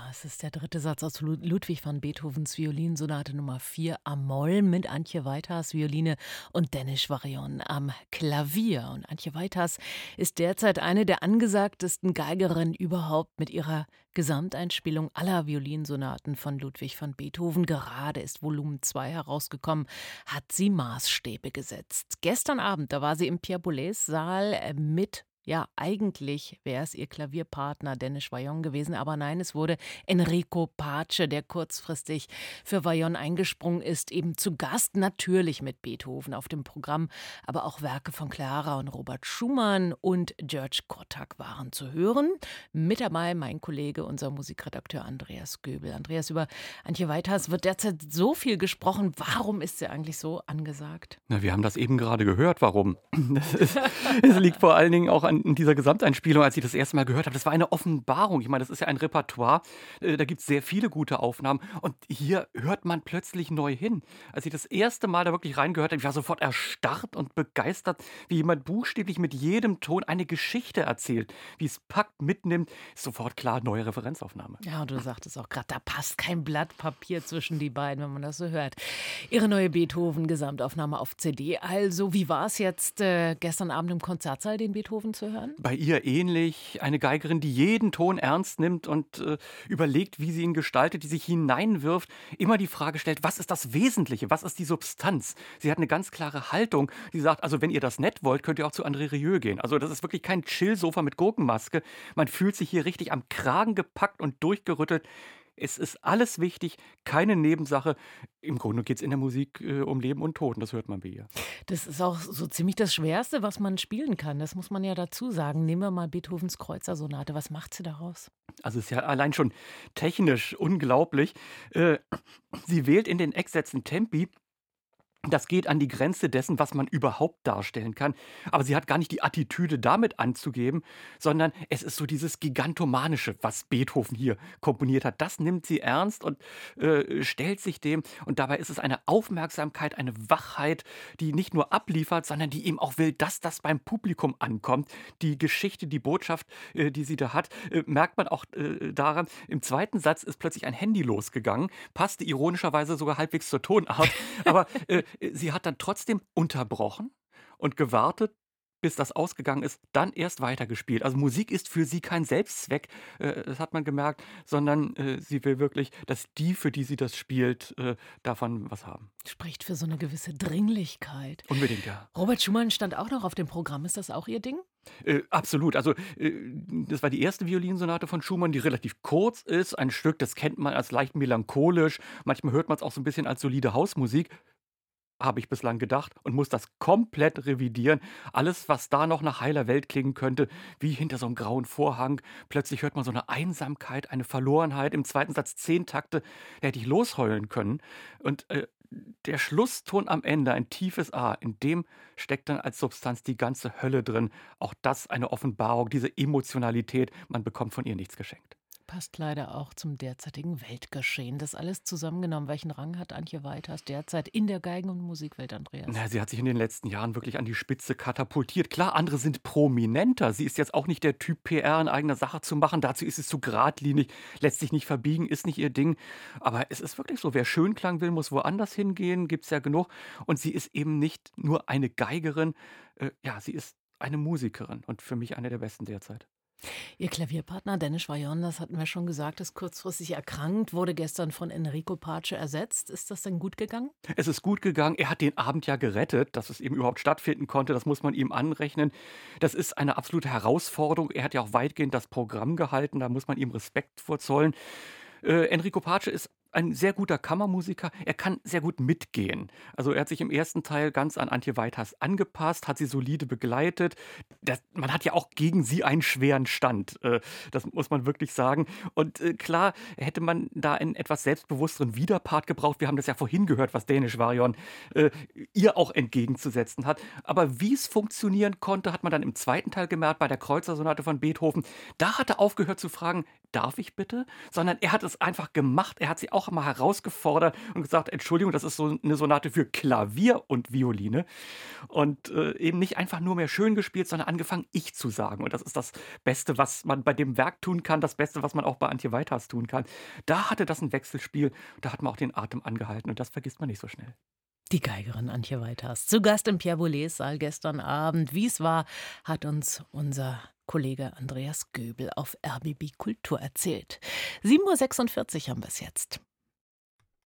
Es ist der dritte Satz aus Ludwig van Beethovens Violinsonate Nummer 4 a-Moll mit Antje Weithas Violine und Dennis Varion am Klavier. Und Antje Weithas ist derzeit eine der angesagtesten Geigerinnen überhaupt mit ihrer Gesamteinspielung aller Violinsonaten von Ludwig van Beethoven. Gerade ist Volumen 2 herausgekommen, hat sie Maßstäbe gesetzt. Gestern Abend, da war sie im Pierre Boulez Saal mit. Ja, eigentlich wäre es ihr Klavierpartner Dennis Vaillant gewesen, aber nein, es wurde Enrico Pace, der kurzfristig für Vaillant eingesprungen ist, eben zu Gast, natürlich mit Beethoven auf dem Programm, aber auch Werke von Clara und Robert Schumann und György Kortak waren zu hören. Mit dabei mein Kollege, unser Musikredakteur Andreas Göbel. Andreas, über Antje Weithas wird derzeit so viel gesprochen. Warum ist sie eigentlich so angesagt? Na, wir haben das eben gerade gehört, warum. Es liegt vor allen Dingen auch an dieser Gesamteinspielung, als ich das erste Mal gehört habe. Das war eine Offenbarung. Ich meine, das ist ja ein Repertoire. Da gibt es sehr viele gute Aufnahmen. Und hier hört man plötzlich neu hin. Als ich das erste Mal da wirklich reingehört habe, ich war sofort erstarrt und begeistert, wie jemand buchstäblich mit jedem Ton eine Geschichte erzählt. Wie es packt, mitnimmt, ist sofort klar, neue Referenzaufnahme. Ja, und du sagtest auch gerade, da passt kein Blatt Papier zwischen die beiden, wenn man das so hört. Ihre neue Beethoven-Gesamtaufnahme auf CD. Also, wie war es jetzt gestern Abend im Konzertsaal, den Beethoven zu hören? Bei ihr ähnlich, eine Geigerin, die jeden Ton ernst nimmt und überlegt, wie sie ihn gestaltet, die sich hineinwirft, immer die Frage stellt, was ist das Wesentliche, was ist die Substanz? Sie hat eine ganz klare Haltung, die sagt, also wenn ihr das nett wollt, könnt ihr auch zu André Rieu gehen. Also das ist wirklich kein Chill-Sofa mit Gurkenmaske. Man fühlt sich hier richtig am Kragen gepackt und durchgerüttelt. Es ist alles wichtig, keine Nebensache. Im Grunde geht es in der Musik um Leben und Tod, und das hört man bei ihr. Das ist auch so ziemlich das Schwerste, was man spielen kann. Das muss man ja dazu sagen. Nehmen wir mal Beethovens Kreutzer-Sonate. Was macht sie daraus? Also es ist ja allein schon technisch unglaublich. Äh, Sie wählt in den Ecksätzen Tempi. Das geht an die Grenze dessen, was man überhaupt darstellen kann. Aber sie hat gar nicht die Attitüde, damit anzugeben, sondern es ist so dieses Gigantomanische, was Beethoven hier komponiert hat. Das nimmt sie ernst und stellt sich dem. Und dabei ist es eine Aufmerksamkeit, eine Wachheit, die nicht nur abliefert, sondern die eben auch will, dass das beim Publikum ankommt. Die Geschichte, die Botschaft, die sie da hat, merkt man auch daran. Im zweiten Satz ist plötzlich ein Handy losgegangen, passte ironischerweise sogar halbwegs zur Tonart. Aber sie hat dann trotzdem unterbrochen und gewartet, bis das ausgegangen ist, dann erst weitergespielt. Also Musik ist für sie kein Selbstzweck, das hat man gemerkt, sondern sie will wirklich, dass die, für die sie das spielt, davon was haben. Spricht für so eine gewisse Dringlichkeit. Unbedingt, ja. Robert Schumann stand auch noch auf dem Programm. Ist das auch Ihr Ding? Absolut. Also, das war die erste Violinsonate von Schumann, die relativ kurz ist. Ein Stück, das kennt man als leicht melancholisch. Manchmal hört man es auch so ein bisschen als solide Hausmusik. Habe ich bislang gedacht und muss das komplett revidieren. Alles, was da noch nach heiler Welt klingen könnte, wie hinter so einem grauen Vorhang. Plötzlich hört man so eine Einsamkeit, eine Verlorenheit. Im zweiten Satz 10 Takte, da hätte ich losheulen können. Und der Schlusston am Ende, ein tiefes A, in dem steckt dann als Substanz die ganze Hölle drin. Auch das eine Offenbarung, diese Emotionalität. Man bekommt von ihr nichts geschenkt. Passt leider auch zum derzeitigen Weltgeschehen. Das alles zusammengenommen. Welchen Rang hat Antje Weithas derzeit in der Geigen- und Musikwelt, Andreas? Na, sie hat sich in den letzten Jahren wirklich an die Spitze katapultiert. Klar, andere sind prominenter. Sie ist jetzt auch nicht der Typ, PR in eigener Sache zu machen. Dazu ist es zu geradlinig, lässt sich nicht verbiegen, ist nicht ihr Ding. Aber es ist wirklich so, wer Schönklang will, muss woanders hingehen, gibt's ja genug. Und sie ist eben nicht nur eine Geigerin, ja, sie ist eine Musikerin und für mich eine der besten derzeit. Ihr Klavierpartner Dennis Vaillant, das hatten wir schon gesagt, ist kurzfristig erkrankt, wurde gestern von Enrico Pace ersetzt. Ist das denn gut gegangen? Es ist gut gegangen. Er hat den Abend ja gerettet, dass es eben überhaupt stattfinden konnte. Das muss man ihm anrechnen. Das ist eine absolute Herausforderung. Er hat ja auch weitgehend das Programm gehalten. Da muss man ihm Respekt vorzollen. Enrico Pace ist ein sehr guter Kammermusiker. Er kann sehr gut mitgehen. Also er hat sich im ersten Teil ganz an Antje Weithas angepasst, hat sie solide begleitet. Man hat ja auch gegen sie einen schweren Stand. Das muss man wirklich sagen. Und klar hätte man da einen etwas selbstbewussteren Widerpart gebraucht. Wir haben das ja vorhin gehört, was Danish Varion ihr auch entgegenzusetzen hat. Aber wie es funktionieren konnte, hat man dann im zweiten Teil gemerkt, bei der Kreutzer-Sonate von Beethoven. Da hat er aufgehört zu fragen, darf ich bitte? Sondern er hat es einfach gemacht. Er hat sie auch mal herausgefordert und gesagt: „Entschuldigung, das ist so eine Sonate für Klavier und Violine." Und, eben nicht einfach nur mehr schön gespielt, sondern angefangen, ich zu sagen. Und das ist das Beste, was man bei dem Werk tun kann, das Beste, was man auch bei Antje Weithas tun kann. Da hatte das ein Wechselspiel, da hat man auch den Atem angehalten und das vergisst man nicht so schnell. Die Geigerin Antje Weithas. Zu Gast im Pierre Boulez Saal gestern Abend. Wie es war, hat uns unser Kollege Andreas Göbel auf RBB Kultur erzählt. 7:46 Uhr haben wir es jetzt.